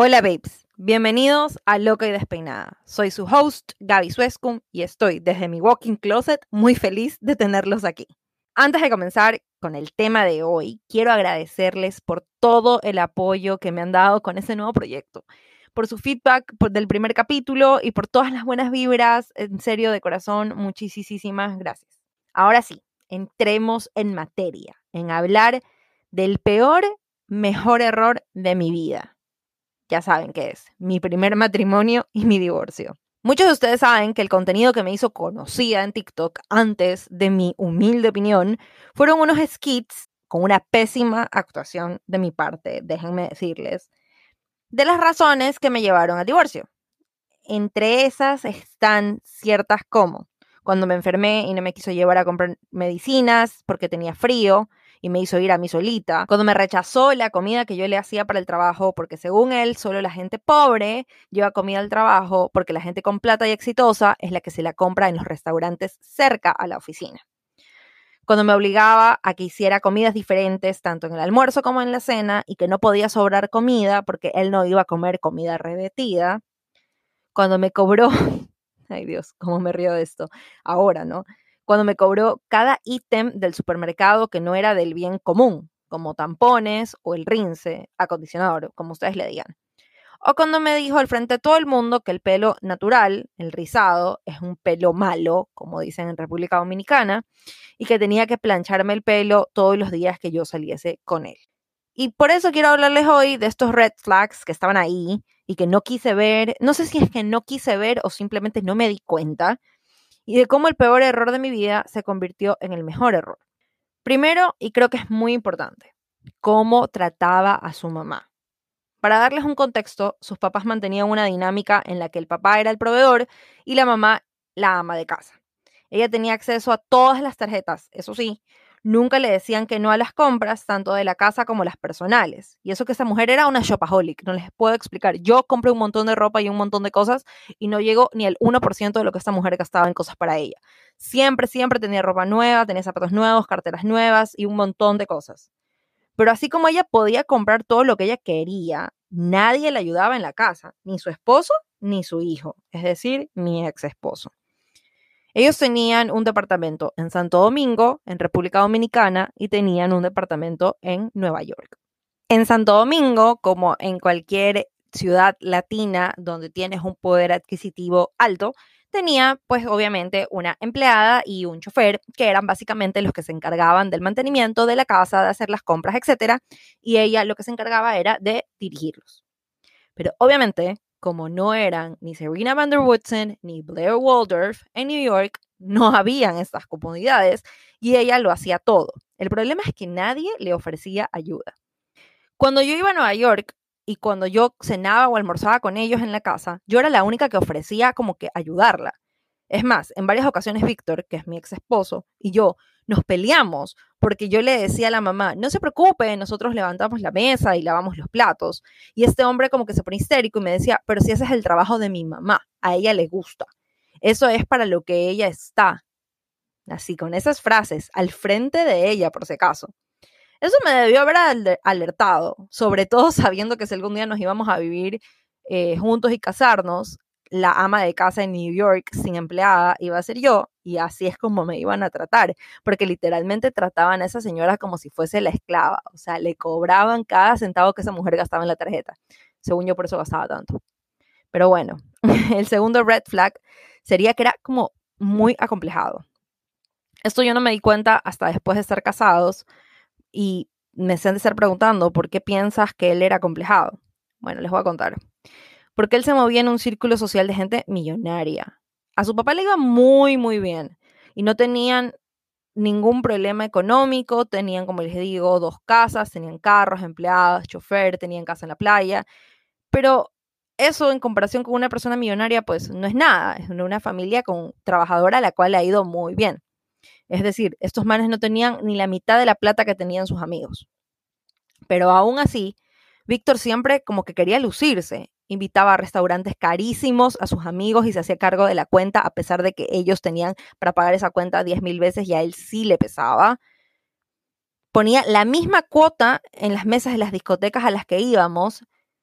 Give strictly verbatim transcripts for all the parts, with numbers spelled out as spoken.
Hola babes, bienvenidos a Loca y Despeinada. Soy su host, Gaby Suescum, y estoy desde mi walk-in closet muy feliz de tenerlos aquí. Antes de comenzar con el tema de hoy, quiero agradecerles por todo el apoyo que me han dado con este nuevo proyecto, por su feedback por del primer capítulo y por todas las buenas vibras. En serio, de corazón, muchísimas gracias. Ahora sí, entremos en materia, en hablar del peor, mejor error de mi vida. Ya saben qué es, mi primer matrimonio y mi divorcio. Muchos de ustedes saben que el contenido que me hizo conocida en TikTok antes de mi humilde opinión fueron unos skits con una pésima actuación de mi parte, déjenme decirles, de las razones que me llevaron al divorcio. Entre esas están ciertas como cuando me enfermé y no me quiso llevar a comprar medicinas porque tenía frío y me hizo ir a mí solita. Cuando me rechazó la comida que yo le hacía para el trabajo porque según él, solo la gente pobre lleva comida al trabajo porque la gente con plata y exitosa es la que se la compra en los restaurantes cerca a la oficina. Cuando me obligaba a que hiciera comidas diferentes tanto en el almuerzo como en la cena y que no podía sobrar comida porque él no iba a comer comida repetida. Cuando me cobró, ay Dios, cómo me río de esto, ahora, ¿no? Cuando me cobró cada ítem del supermercado que no era del bien común, como tampones o el rinse, acondicionador, como ustedes le digan. O cuando me dijo al frente de todo el mundo que el pelo natural, el rizado, es un pelo malo, como dicen en República Dominicana, y que tenía que plancharme el pelo todos los días que yo saliese con él. Y por eso quiero hablarles hoy de estos red flags que estaban ahí y que no quise ver. No sé si es que no quise ver o simplemente no me di cuenta. Y de cómo el peor error de mi vida se convirtió en el mejor error. Primero, y creo que es muy importante, cómo trataba a su mamá. Para darles un contexto, sus papás mantenían una dinámica en la que el papá era el proveedor y la mamá la ama de casa. Ella tenía acceso a todas las tarjetas, eso sí. Nunca le decían que no a las compras, tanto de la casa como las personales. Y eso que esa mujer era una shopaholic, no les puedo explicar. Yo compré un montón de ropa y un montón de cosas y no llego ni al uno por ciento de lo que esta mujer gastaba en cosas para ella. Siempre, siempre tenía ropa nueva, tenía zapatos nuevos, carteras nuevas y un montón de cosas. Pero así como ella podía comprar todo lo que ella quería, nadie le ayudaba en la casa, ni su esposo ni su hijo, es decir, mi ex esposo. Ellos tenían un departamento en Santo Domingo, en República Dominicana, y tenían un departamento en Nueva York. En Santo Domingo, como en cualquier ciudad latina donde tienes un poder adquisitivo alto, tenía pues obviamente una empleada y un chofer que eran básicamente los que se encargaban del mantenimiento de la casa, de hacer las compras, etcétera, y ella lo que se encargaba era de dirigirlos. Pero obviamente, como no eran ni Serena van der Woodsen ni Blair Waldorf en New York, no habían estas comodidades y ella lo hacía todo. El problema es que nadie le ofrecía ayuda. Cuando yo iba a Nueva York y cuando yo cenaba o almorzaba con ellos en la casa, yo era la única que ofrecía como que ayudarla. Es más, en varias ocasiones Víctor, que es mi ex esposo, y yo nos peleamos porque yo le decía a la mamá, no se preocupe, nosotros levantamos la mesa y lavamos los platos. Y este hombre como que se pone histérico y me decía, pero si ese es el trabajo de mi mamá, a ella le gusta. Eso es para lo que ella está. Así, con esas frases, al frente de ella, por si acaso. Eso me debió haber alertado, sobre todo sabiendo que si algún día nos íbamos a vivir eh, juntos y casarnos, la ama de casa en New York sin empleada iba a ser yo, y así es como me iban a tratar, porque literalmente trataban a esa señora como si fuese la esclava, o sea, le cobraban cada centavo que esa mujer gastaba en la tarjeta, según yo por eso gastaba tanto. Pero bueno, el segundo red flag sería que era como muy acomplejado. Esto yo no me di cuenta hasta después de estar casados, y me hacen de estar preguntando, ¿por qué piensas que él era acomplejado? Bueno, les voy a contar. Porque él se movía en un círculo social de gente millonaria. A su papá le iba muy, muy bien. Y no tenían ningún problema económico. Tenían, como les digo, dos casas, tenían carros, empleados, chofer, tenían casa en la playa. Pero eso en comparación con una persona millonaria, pues no es nada. Es una familia con trabajadora a la cual le ha ido muy bien. Es decir, estos manes no tenían ni la mitad de la plata que tenían sus amigos. Pero aún así, Víctor siempre como que quería lucirse. Invitaba a restaurantes carísimos a sus amigos y se hacía cargo de la cuenta a pesar de que ellos tenían para pagar esa cuenta diez mil veces y a él sí le pesaba. Ponía la misma cuota en las mesas de las discotecas a las que íbamos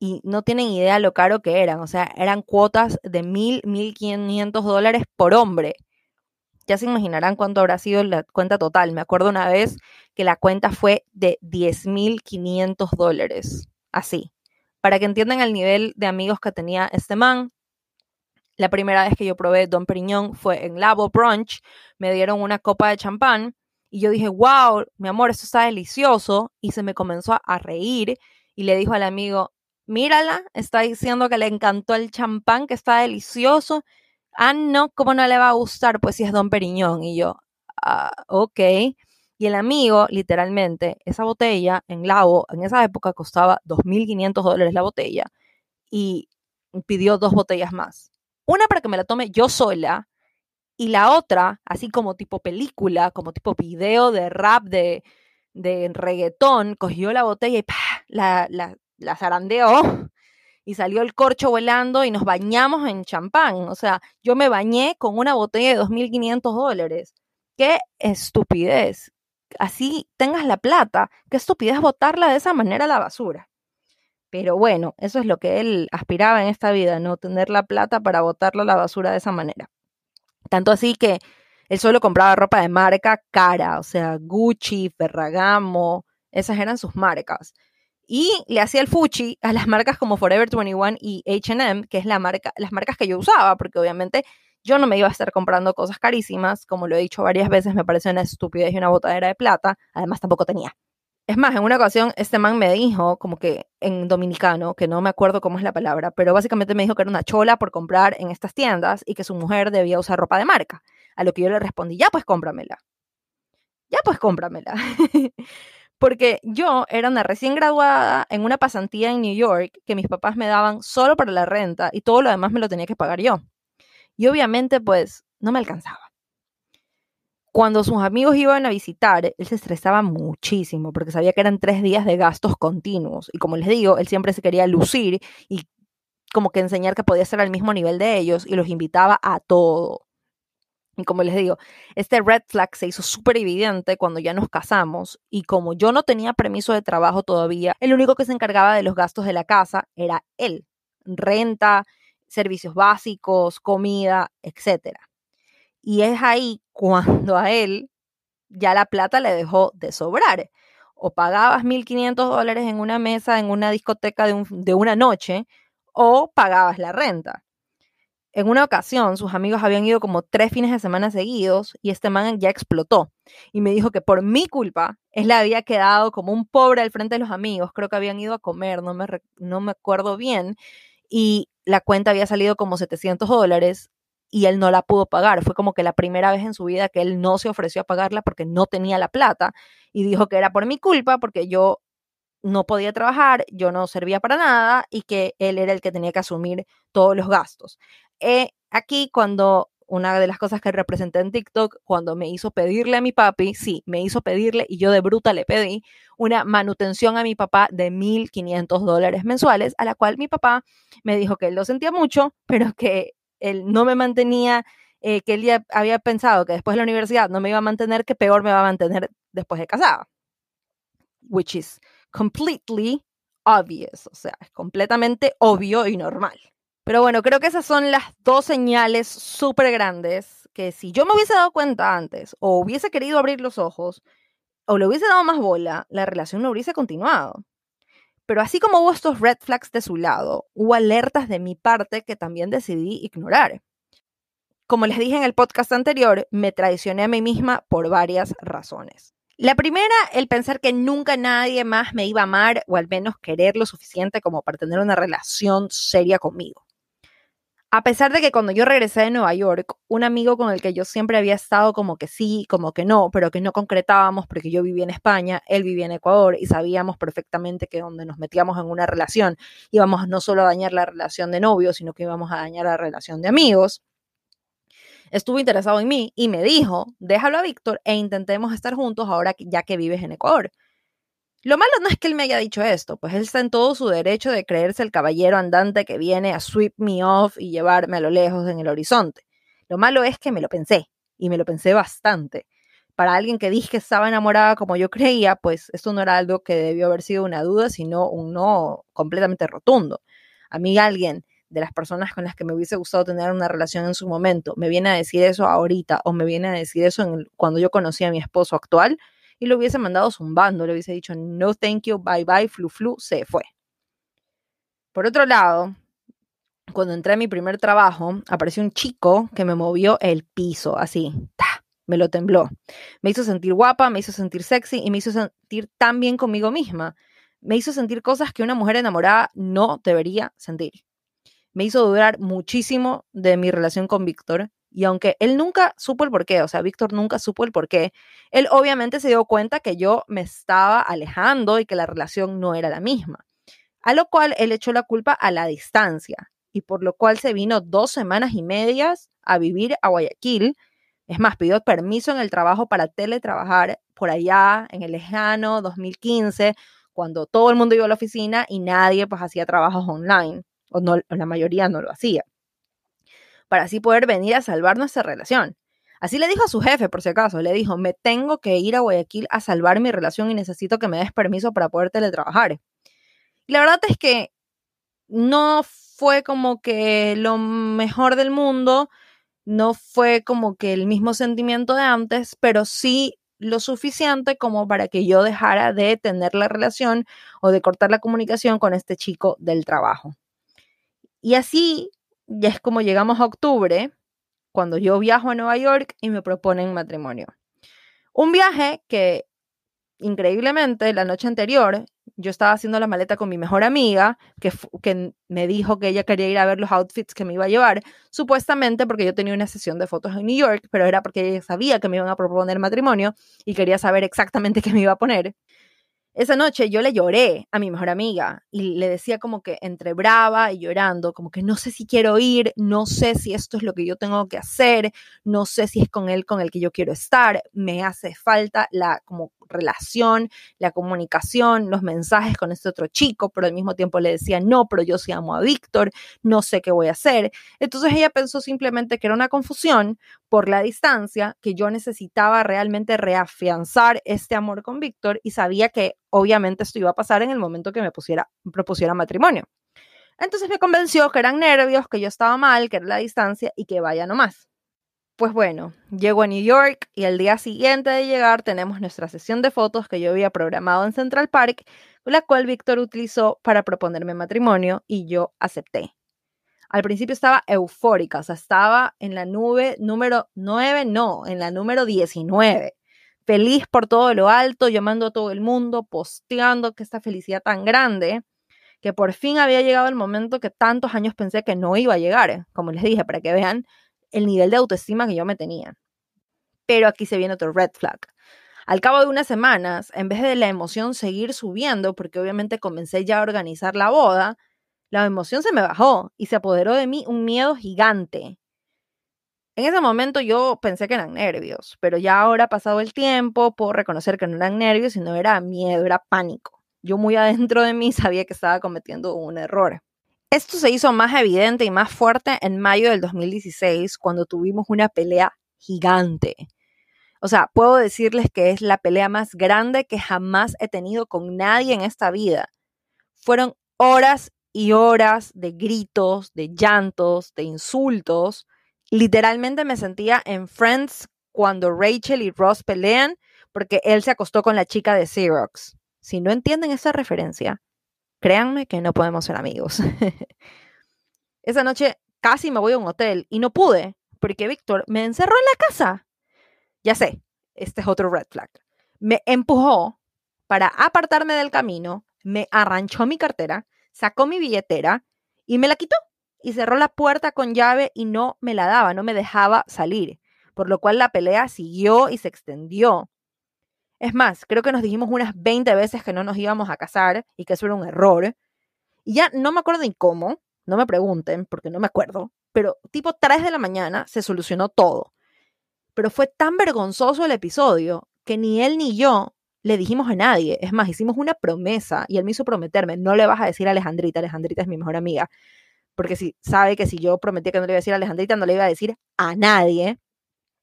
y no tienen idea lo caro que eran. O sea, eran cuotas de mil, mil quinientos dólares por hombre. Ya se imaginarán cuánto habrá sido la cuenta total. Me acuerdo una vez que la cuenta fue de diez mil quinientos dólares. Así. Para que entiendan el nivel de amigos que tenía este man, la primera vez que yo probé Dom Perignon fue en Labo Brunch. Me dieron una copa de champán y yo dije, wow, mi amor, esto está delicioso. Y se me comenzó a reír y le dijo al amigo, mírala, está diciendo que le encantó el champán, que está delicioso. Ah, no, ¿cómo no le va a gustar? Pues si es Dom Perignon. Y yo, ah, ok. Y el amigo, literalmente, esa botella en Labo, en esa época costaba dos mil quinientos dólares la botella. Y pidió dos botellas más. Una para que me la tome yo sola y la otra, así como tipo película, como tipo video de rap, de, de reggaetón, cogió la botella y ¡pah! la, la, la zarandeó y salió el corcho volando y nos bañamos en champán. O sea, yo me bañé con una botella de dos mil quinientos dólares. ¡Qué estupidez! Así tengas la plata, qué estupidez botarla de esa manera a la basura. Pero bueno, eso es lo que él aspiraba en esta vida, no tener la plata para botarla a la basura de esa manera. Tanto así que él solo compraba ropa de marca cara, o sea, Gucci, Ferragamo, esas eran sus marcas. Y le hacía el fuchi a las marcas como Forever veintiuno y H and M, que es la marca, las marcas que yo usaba, porque obviamente yo no me iba a estar comprando cosas carísimas, como lo he dicho varias veces, me parece una estupidez y una botadera de plata, además tampoco tenía. Es más, en una ocasión este man me dijo, como que en dominicano, que no me acuerdo cómo es la palabra, pero básicamente me dijo que era una chola por comprar en estas tiendas y que su mujer debía usar ropa de marca. A lo que yo le respondí, ya pues cómpramela. Ya pues cómpramela. Porque yo era una recién graduada en una pasantía en New York que mis papás me daban solo para la renta y todo lo demás me lo tenía que pagar yo. Y obviamente pues no me alcanzaba. Cuando sus amigos iban a visitar, él se estresaba muchísimo porque sabía que eran tres días de gastos continuos. Y como les digo, él siempre se quería lucir y como que enseñar que podía estar al mismo nivel de ellos y los invitaba a todo. Y como les digo, este red flag se hizo súper evidente cuando ya nos casamos y como yo no tenía permiso de trabajo todavía, el único que se encargaba de los gastos de la casa era él. Renta, servicios básicos, comida, etcétera. Y es ahí cuando a él ya la plata le dejó de sobrar. O pagabas mil quinientos dólares en una mesa, en una discoteca de, un, de una noche, o pagabas la renta. En una ocasión, sus amigos habían ido como tres fines de semana seguidos y este man ya explotó. Y me dijo que por mi culpa, él le había quedado como un pobre al frente de los amigos. Creo que habían ido a comer, no me, no me acuerdo bien. Y la cuenta había salido como setecientos dólares y él no la pudo pagar. Fue como que la primera vez en su vida que él no se ofreció a pagarla porque no tenía la plata y dijo que era por mi culpa porque yo no podía trabajar, yo no servía para nada y que él era el que tenía que asumir todos los gastos. Eh, aquí cuando una de las cosas que representé en TikTok, cuando me hizo pedirle a mi papi, sí, me hizo pedirle y yo de bruta le pedí una manutención a mi papá de mil quinientos dólares mensuales, a la cual mi papá me dijo que él lo sentía mucho, pero que él no me mantenía, eh, que él ya había pensado que después de la universidad no me iba a mantener, que peor me va a mantener después de casada. Which is completely obvious, o sea, es completamente obvio y normal. Pero bueno, creo que esas son las dos señales súper grandes que si yo me hubiese dado cuenta antes o hubiese querido abrir los ojos o le hubiese dado más bola, la relación no hubiese continuado. Pero así como hubo estos red flags de su lado, hubo alertas de mi parte que también decidí ignorar. Como les dije en el podcast anterior, me traicioné a mí misma por varias razones. La primera, el pensar que nunca nadie más me iba a amar o al menos querer lo suficiente como para tener una relación seria conmigo. A pesar de que cuando yo regresé de Nueva York, un amigo con el que yo siempre había estado como que sí, como que no, pero que no concretábamos porque yo vivía en España, él vivía en Ecuador y sabíamos perfectamente que donde nos metíamos en una relación íbamos no solo a dañar la relación de novios, sino que íbamos a dañar la relación de amigos. Estuvo interesado en mí y me dijo, déjalo a Víctor e intentemos estar juntos ahora ya que vives en Ecuador. Lo malo no es que él me haya dicho esto, pues él está en todo su derecho de creerse el caballero andante que viene a sweep me off y llevarme a lo lejos en el horizonte. Lo malo es que me lo pensé, y me lo pensé bastante. Para alguien que dije que estaba enamorada como yo creía, pues esto no era algo que debió haber sido una duda, sino un no completamente rotundo. A mí alguien de las personas con las que me hubiese gustado tener una relación en su momento me viene a decir eso ahorita o me viene a decir eso en el, cuando yo conocí a mi esposo actual y lo hubiese mandado zumbando, le hubiese dicho no thank you, bye bye, flu flu, se fue. Por otro lado, cuando entré a mi primer trabajo, apareció un chico que me movió el piso, así, ¡ta! Me lo tembló. Me hizo sentir guapa, me hizo sentir sexy y me hizo sentir tan bien conmigo misma. Me hizo sentir cosas que una mujer enamorada no debería sentir. Me hizo dudar muchísimo de mi relación con Víctor y aunque él nunca supo el porqué, o sea, Víctor nunca supo el porqué, él obviamente se dio cuenta que yo me estaba alejando y que la relación no era la misma. A lo cual él echó la culpa a la distancia y por lo cual se vino dos semanas y medias a vivir a Guayaquil. Es más, pidió permiso en el trabajo para teletrabajar por allá en el lejano dos mil quince, cuando todo el mundo iba a la oficina y nadie pues hacía trabajos online, o, no, o la mayoría no lo hacía, para así poder venir a salvar nuestra relación. Así le dijo a su jefe, por si acaso, le dijo, me tengo que ir a Guayaquil a salvar mi relación y necesito que me des permiso para poder teletrabajar. Y la verdad es que no fue como que lo mejor del mundo, no fue como que el mismo sentimiento de antes, pero sí lo suficiente como para que yo dejara de tener la relación o de cortar la comunicación con este chico del trabajo. Y así ya es como llegamos a octubre, cuando yo viajo a Nueva York y me proponen matrimonio. Un viaje que, increíblemente, la noche anterior, yo estaba haciendo la maleta con mi mejor amiga, que, que me dijo que ella quería ir a ver los outfits que me iba a llevar, supuestamente porque yo tenía una sesión de fotos en New York, pero era porque ella sabía que me iban a proponer matrimonio y quería saber exactamente qué me iba a poner. Esa noche yo le lloré a mi mejor amiga y le decía como que entre brava y llorando, como que no sé si quiero ir, no sé si esto es lo que yo tengo que hacer, no sé si es con él con el que yo quiero estar, me hace falta la como relación, la comunicación, los mensajes con este otro chico, pero al mismo tiempo le decía no, pero yo sí amo a Víctor, no sé qué voy a hacer. Entonces ella pensó simplemente que era una confusión por la distancia, que yo necesitaba realmente reafianzar este amor con Víctor y sabía que obviamente esto iba a pasar en el momento que me pusiera, propusiera matrimonio. Entonces me convenció que eran nervios, que yo estaba mal, que era la distancia y que vaya nomás. Pues bueno, llego a New York y el día siguiente de llegar tenemos nuestra sesión de fotos que yo había programado en Central Park, la cual Víctor utilizó para proponerme matrimonio y yo acepté. Al principio estaba eufórica, o sea, estaba en la nube número nueve, no, en la número diecinueve. Feliz por todo lo alto, llamando a todo el mundo, posteando que esta felicidad tan grande, que por fin había llegado el momento que tantos años pensé que no iba a llegar, como les dije, para que vean el nivel de autoestima que yo me tenía. Pero aquí se viene otro red flag. Al cabo de unas semanas, en vez de la emoción seguir subiendo, porque obviamente comencé ya a organizar la boda, la emoción se me bajó y se apoderó de mí un miedo gigante. En ese momento yo pensé que eran nervios, pero ya ahora pasado el tiempo, puedo reconocer que no eran nervios, sino era miedo, era pánico. Yo muy adentro de mí sabía que estaba cometiendo un error. Esto se hizo más evidente y más fuerte en mayo del dos mil dieciséis, cuando tuvimos una pelea gigante. O sea, puedo decirles que es la pelea más grande que jamás he tenido con nadie en esta vida. Fueron horas y horas de gritos, de llantos, de insultos. Literalmente me sentía en Friends cuando Rachel y Ross pelean porque él se acostó con la chica de Xerox. Si no entienden esa referencia, créanme que no podemos ser amigos. Esa noche casi me voy a un hotel y no pude porque Víctor me encerró en la casa. Ya sé, este es otro red flag. Me empujó para apartarme del camino, me arranchó mi cartera, sacó mi billetera y me la quitó. Y cerró la puerta con llave y no me la daba, no me dejaba salir. Por lo cual la pelea siguió y se extendió. Es más, creo que nos dijimos unas veinte veces que no nos íbamos a casar y que eso era un error. Y ya no me acuerdo ni cómo, no me pregunten porque no me acuerdo, pero tipo tres de la mañana se solucionó todo. Pero fue tan vergonzoso el episodio que ni él ni yo le dijimos a nadie. Es más, hicimos una promesa y él me hizo prometerme, no le vas a decir a Alejandrita, Alejandrita es mi mejor amiga, porque si sabe que si yo prometía que no le iba a decir a Alejandrita, no le iba a decir a nadie.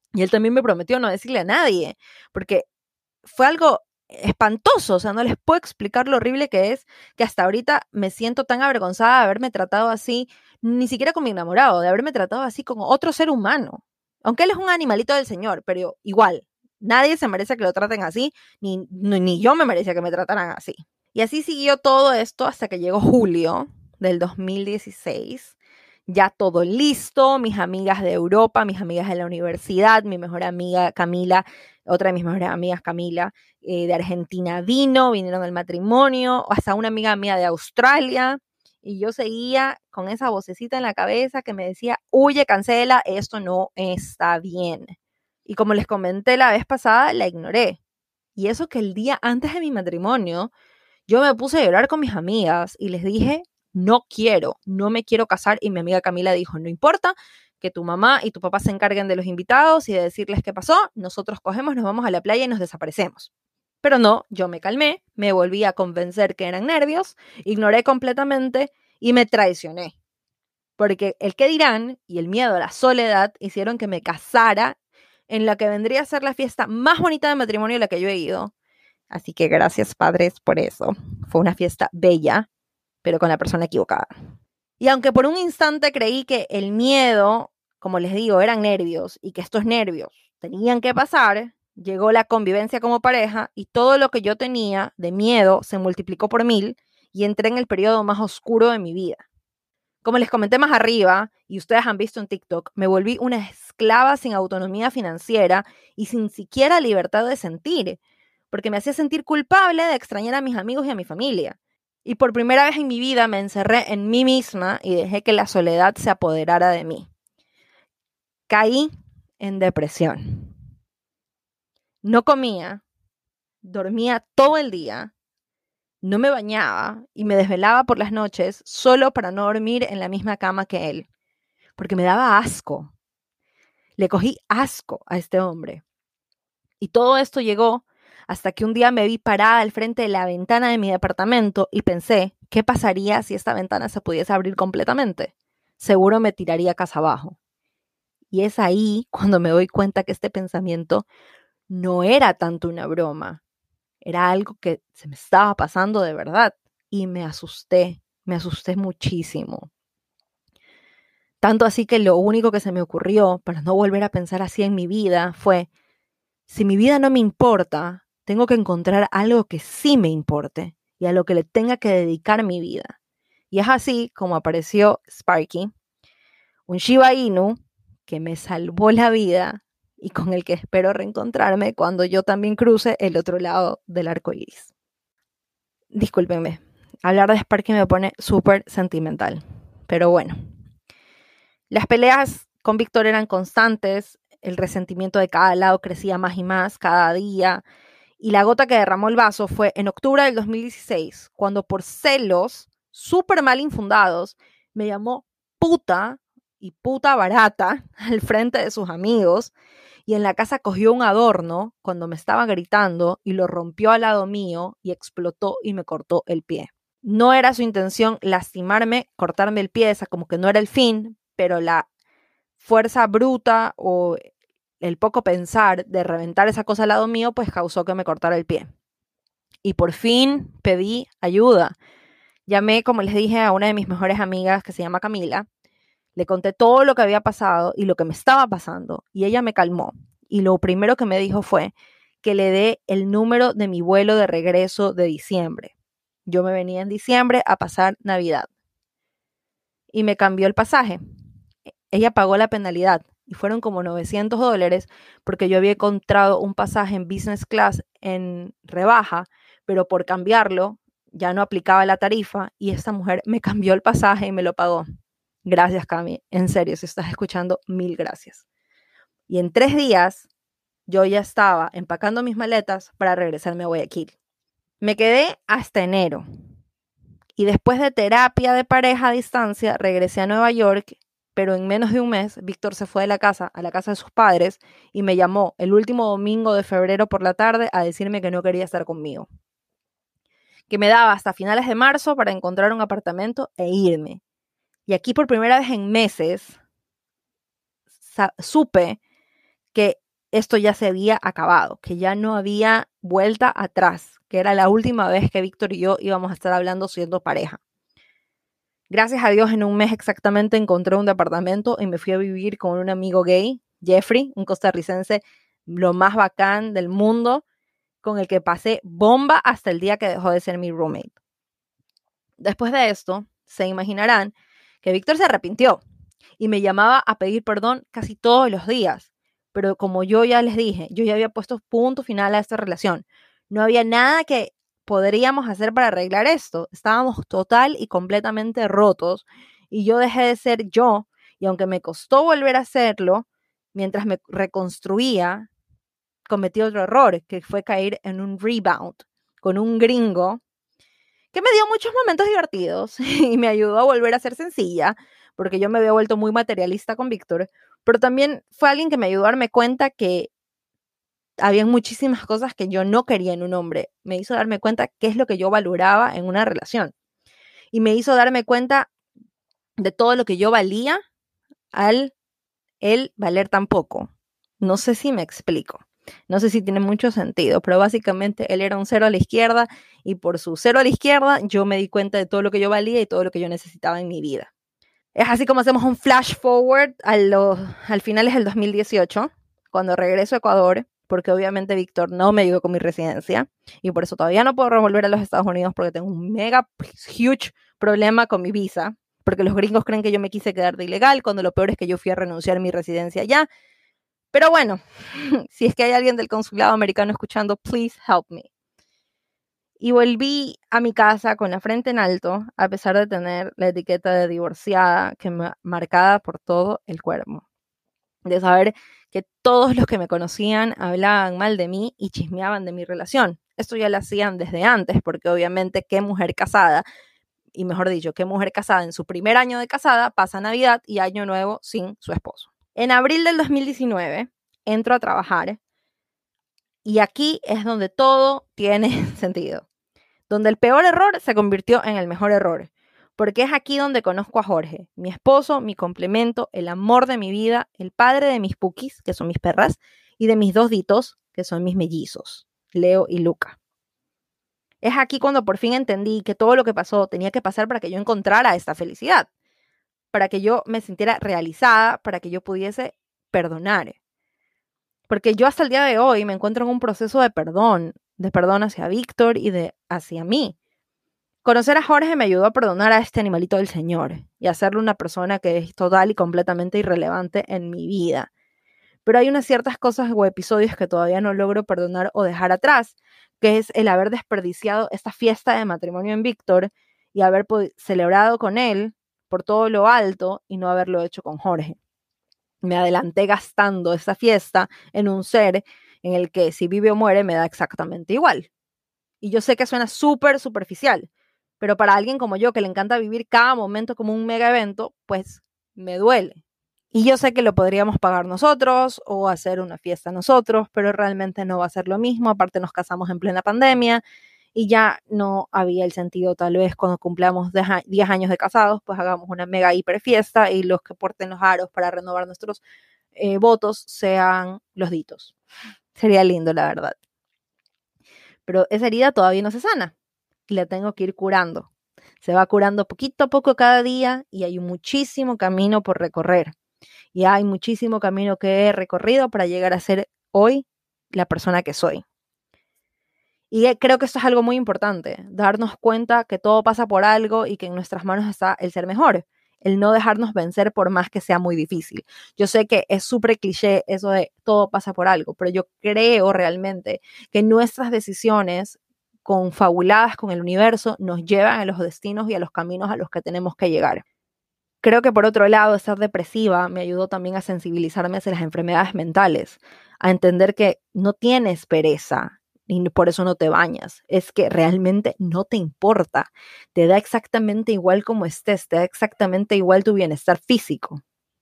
Y él también me prometió no decirle a nadie, porque fue algo espantoso, o sea, no les puedo explicar lo horrible que es, que hasta ahorita me siento tan avergonzada de haberme tratado así, ni siquiera con mi enamorado, de haberme tratado así con otro ser humano. Aunque él es un animalito del Señor, pero igual, nadie se merece que lo traten así, ni, ni, ni yo me merecía que me trataran así. Y así siguió todo esto hasta que llegó julio del dos mil dieciséis. Ya todo listo, mis amigas de Europa, mis amigas de la universidad, mi mejor amiga Camila, otra de mis mejores amigas Camila, eh, de Argentina vino, vinieron al matrimonio, hasta una amiga mía de Australia, y yo seguía con esa vocecita en la cabeza que me decía, huye, cancela, esto no está bien. Y como les comenté la vez pasada, la ignoré. Y eso que el día antes de mi matrimonio, yo me puse a llorar con mis amigas y les dije, no quiero, no me quiero casar. Y mi amiga Camila dijo, no importa, que tu mamá y tu papá se encarguen de los invitados y de decirles qué pasó, nosotros cogemos, nos vamos a la playa y nos desaparecemos. Pero no, yo me calmé, me volví a convencer que eran nervios, ignoré completamente y me traicioné. Porque el qué dirán y el miedo a la soledad hicieron que me casara en la que vendría a ser la fiesta más bonita de matrimonio a la que yo he ido. Así que gracias, padres, por eso. Fue una fiesta bella, pero con la persona equivocada. Y aunque por un instante creí que el miedo, como les digo, eran nervios y que estos nervios tenían que pasar, llegó la convivencia como pareja y todo lo que yo tenía de miedo se multiplicó por mil y entré en el periodo más oscuro de mi vida. Como les comenté más arriba, y ustedes han visto en TikTok, me volví una esclava sin autonomía financiera y sin siquiera libertad de sentir, porque me hacía sentir culpable de extrañar a mis amigos y a mi familia. Y por primera vez en mi vida me encerré en mí misma y dejé que la soledad se apoderara de mí. Caí en depresión. No comía, dormía todo el día, no me bañaba y me desvelaba por las noches solo para no dormir en la misma cama que él, porque me daba asco. Le cogí asco a este hombre. Y todo esto llegó hasta que un día me vi parada al frente de la ventana de mi departamento y pensé, ¿qué pasaría si esta ventana se pudiese abrir completamente? Seguro me tiraría casa abajo. Y es ahí cuando me doy cuenta que este pensamiento no era tanto una broma, era algo que se me estaba pasando de verdad. Y me asusté, me asusté muchísimo. Tanto así que lo único que se me ocurrió para no volver a pensar así en mi vida fue, si mi vida no me importa, tengo que encontrar algo que sí me importe y a lo que le tenga que dedicar mi vida. Y es así como apareció Sparky, un Shiba Inu que me salvó la vida y con el que espero reencontrarme cuando yo también cruce el otro lado del arco iris. Discúlpenme, hablar de Sparky me pone súper sentimental, pero bueno. Las peleas con Víctor eran constantes, el resentimiento de cada lado crecía más y más cada día, y la gota que derramó el vaso fue en octubre del dos mil dieciséis, cuando por celos súper mal infundados me llamó puta y puta barata al frente de sus amigos, y en la casa cogió un adorno cuando me estaba gritando y lo rompió al lado mío y explotó y me cortó el pie. No era su intención lastimarme, cortarme el pie, esa como que no era el fin, pero la fuerza bruta o el poco pensar de reventar esa cosa al lado mío, pues causó que me cortara el pie. Y por fin pedí ayuda. Llamé, como les dije, a una de mis mejores amigas que se llama Camila. Le conté todo lo que había pasado y lo que me estaba pasando y ella me calmó. Y lo primero que me dijo fue que le dé el número de mi vuelo de regreso de diciembre. Yo me venía en diciembre a pasar Navidad. Y me cambió el pasaje. Ella pagó la penalidad y fueron como novecientos dólares porque yo había encontrado un pasaje en business class en rebaja, pero por cambiarlo ya no aplicaba la tarifa y esta mujer me cambió el pasaje y me lo pagó. Gracias, Cami. En serio, si estás escuchando, mil gracias. Y en tres días yo ya estaba empacando mis maletas para regresarme a Guayaquil. Me quedé hasta enero. Y después de terapia de pareja a distancia, regresé a Nueva York, pero en menos de un mes, Víctor se fue de la casa a la casa de sus padres y me llamó el último domingo de febrero por la tarde a decirme que no quería estar conmigo. Que me daba hasta finales de marzo para encontrar un apartamento e irme. Y aquí por primera vez en meses, supe que esto ya se había acabado, que ya no había vuelta atrás, que era la última vez que Víctor y yo íbamos a estar hablando siendo pareja. Gracias a Dios, en un mes exactamente encontré un departamento y me fui a vivir con un amigo gay, Jeffrey, un costarricense, lo más bacán del mundo, con el que pasé bomba hasta el día que dejó de ser mi roommate. Después de esto, se imaginarán que Víctor se arrepintió y me llamaba a pedir perdón casi todos los días. Pero como yo ya les dije, yo ya había puesto punto final a esta relación. No había nada que podríamos hacer para arreglar esto. Estábamos total y completamente rotos y yo dejé de ser yo. Y aunque me costó volver a hacerlo, mientras me reconstruía, cometí otro error, que fue caer en un rebound con un gringo que me dio muchos momentos divertidos y me ayudó a volver a ser sencilla, porque yo me había vuelto muy materialista con Víctor, pero también fue alguien que me ayudó a darme cuenta que había muchísimas cosas que yo no quería en un hombre. Me hizo darme cuenta qué es lo que yo valoraba en una relación. Y me hizo darme cuenta de todo lo que yo valía al él valer tan poco. No sé si me explico. No sé si tiene mucho sentido, pero básicamente él era un cero a la izquierda y por su cero a la izquierda yo me di cuenta de todo lo que yo valía y todo lo que yo necesitaba en mi vida. Es así como hacemos un flash forward a los, al finales del dos mil dieciocho, cuando regreso a Ecuador, porque obviamente Víctor no me ayudó con mi residencia y por eso todavía no puedo volver a los Estados Unidos porque tengo un mega huge problema con mi visa, porque los gringos creen que yo me quise quedar de ilegal, cuando lo peor es que yo fui a renunciar a mi residencia allá. Pero bueno, si es que hay alguien del consulado americano escuchando, please help me. Y volví a mi casa con la frente en alto, a pesar de tener la etiqueta de divorciada que me marcada por todo el cuerpo. De saber que todos los que me conocían hablaban mal de mí y chismeaban de mi relación. Esto ya lo hacían desde antes, porque obviamente qué mujer casada, y mejor dicho, qué mujer casada en su primer año de casada pasa Navidad y Año Nuevo sin su esposo. En abril del dos mil diecinueve entro a trabajar y aquí es donde todo tiene sentido. Donde el peor error se convirtió en el mejor error. Porque es aquí donde conozco a Jorge, mi esposo, mi complemento, el amor de mi vida, el padre de mis pukis, que son mis perras, y de mis dos ditos, que son mis mellizos, Leo y Luca. Es aquí cuando por fin entendí que todo lo que pasó tenía que pasar para que yo encontrara esta felicidad, para que yo me sintiera realizada, para que yo pudiese perdonar. Porque yo hasta el día de hoy me encuentro en un proceso de perdón, de perdón hacia Víctor y de hacia mí. Conocer a Jorge me ayudó a perdonar a este animalito del Señor y a hacerle una persona que es total y completamente irrelevante en mi vida. Pero hay unas ciertas cosas o episodios que todavía no logro perdonar o dejar atrás, que es el haber desperdiciado esta fiesta de matrimonio en Víctor y haber celebrado con él por todo lo alto y no haberlo hecho con Jorge. Me adelanté gastando esa fiesta en un ser en el que si vive o muere me da exactamente igual. Y yo sé que suena súper superficial, pero para alguien como yo que le encanta vivir cada momento como un mega evento, pues me duele. Y yo sé que lo podríamos pagar nosotros o hacer una fiesta nosotros, pero realmente no va a ser lo mismo. Aparte nos casamos en plena pandemia y ya no había el sentido tal vez cuando cumplamos diez años de casados, pues hagamos una mega hiper fiesta y los que porten los aros para renovar nuestros eh, votos sean los ditos. Sería lindo, la verdad. Pero esa herida todavía no se sana y la tengo que ir curando. Se va curando poquito a poco cada día y hay muchísimo camino por recorrer. Y hay muchísimo camino que he recorrido para llegar a ser hoy la persona que soy. Y creo que esto es algo muy importante, darnos cuenta que todo pasa por algo y que en nuestras manos está el ser mejor, el no dejarnos vencer por más que sea muy difícil. Yo sé que es súper cliché eso de todo pasa por algo, pero yo creo realmente que nuestras decisiones confabuladas con el universo nos llevan a los destinos y a los caminos a los que tenemos que llegar. Creo que por otro lado, estar depresiva me ayudó también a sensibilizarme hacia las enfermedades mentales, a entender que no tienes pereza y por eso no te bañas, es que realmente no te importa, te da exactamente igual como estés, te da exactamente igual tu bienestar físico.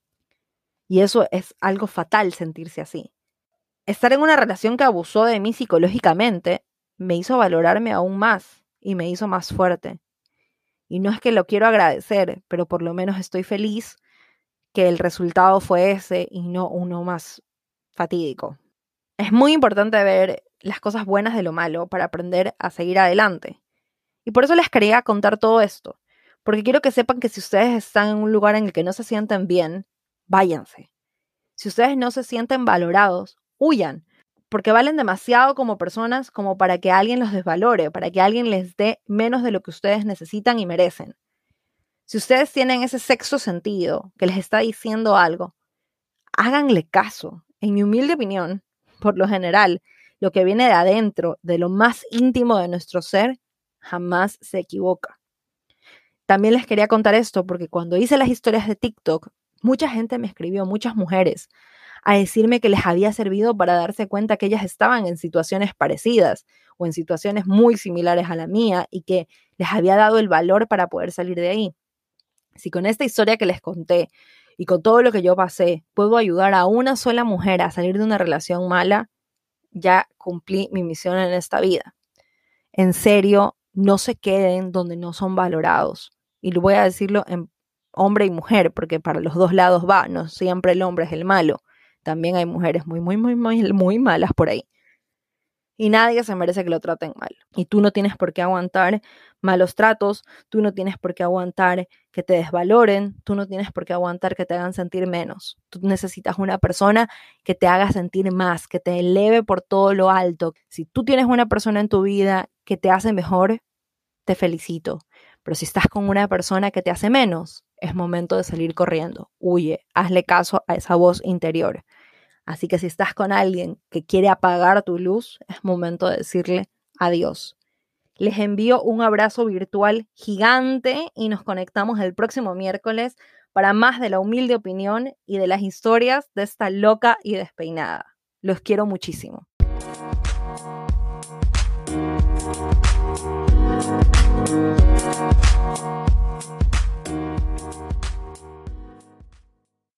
Y eso es algo fatal, sentirse así. Estar en una relación que abusó de mí psicológicamente me hizo valorarme aún más y me hizo más fuerte. Y no es que lo quiero agradecer, pero por lo menos estoy feliz que el resultado fue ese y no uno más fatídico. Es muy importante ver las cosas buenas de lo malo para aprender a seguir adelante. Y por eso les quería contar todo esto, porque quiero que sepan que si ustedes están en un lugar en el que no se sienten bien, váyanse. Si ustedes no se sienten valorados, huyan, porque valen demasiado como personas como para que alguien los desvalore, para que alguien les dé menos de lo que ustedes necesitan y merecen. Si ustedes tienen ese sexto sentido que les está diciendo algo, háganle caso. En mi humilde opinión, por lo general, lo que viene de adentro, de lo más íntimo de nuestro ser, jamás se equivoca. También les quería contar esto porque cuando hice las historias de TikTok, mucha gente me escribió, muchas mujeres, a decirme que les había servido para darse cuenta que ellas estaban en situaciones parecidas o en situaciones muy similares a la mía y que les había dado el valor para poder salir de ahí. Si con esta historia que les conté y con todo lo que yo pasé, puedo ayudar a una sola mujer a salir de una relación mala, ya cumplí mi misión en esta vida. En serio, no se queden donde no son valorados. Y lo voy a decirlo en hombre y mujer, porque para los dos lados va, no siempre el hombre es el malo. También hay mujeres muy, muy, muy, muy, muy malas por ahí. Y nadie se merece que lo traten mal. Y tú no tienes por qué aguantar malos tratos, tú no tienes por qué aguantar que te desvaloren, tú no tienes por qué aguantar que te hagan sentir menos. Tú necesitas una persona que te haga sentir más, que te eleve por todo lo alto. Si tú tienes una persona en tu vida que te hace mejor, te felicito. Pero si estás con una persona que te hace menos, es momento de salir corriendo. Huye, hazle caso a esa voz interior. Así que si estás con alguien que quiere apagar tu luz, es momento de decirle adiós. Les envío un abrazo virtual gigante y nos conectamos el próximo miércoles para más de la humilde opinión y de las historias de esta loca y despeinada. Los quiero muchísimo.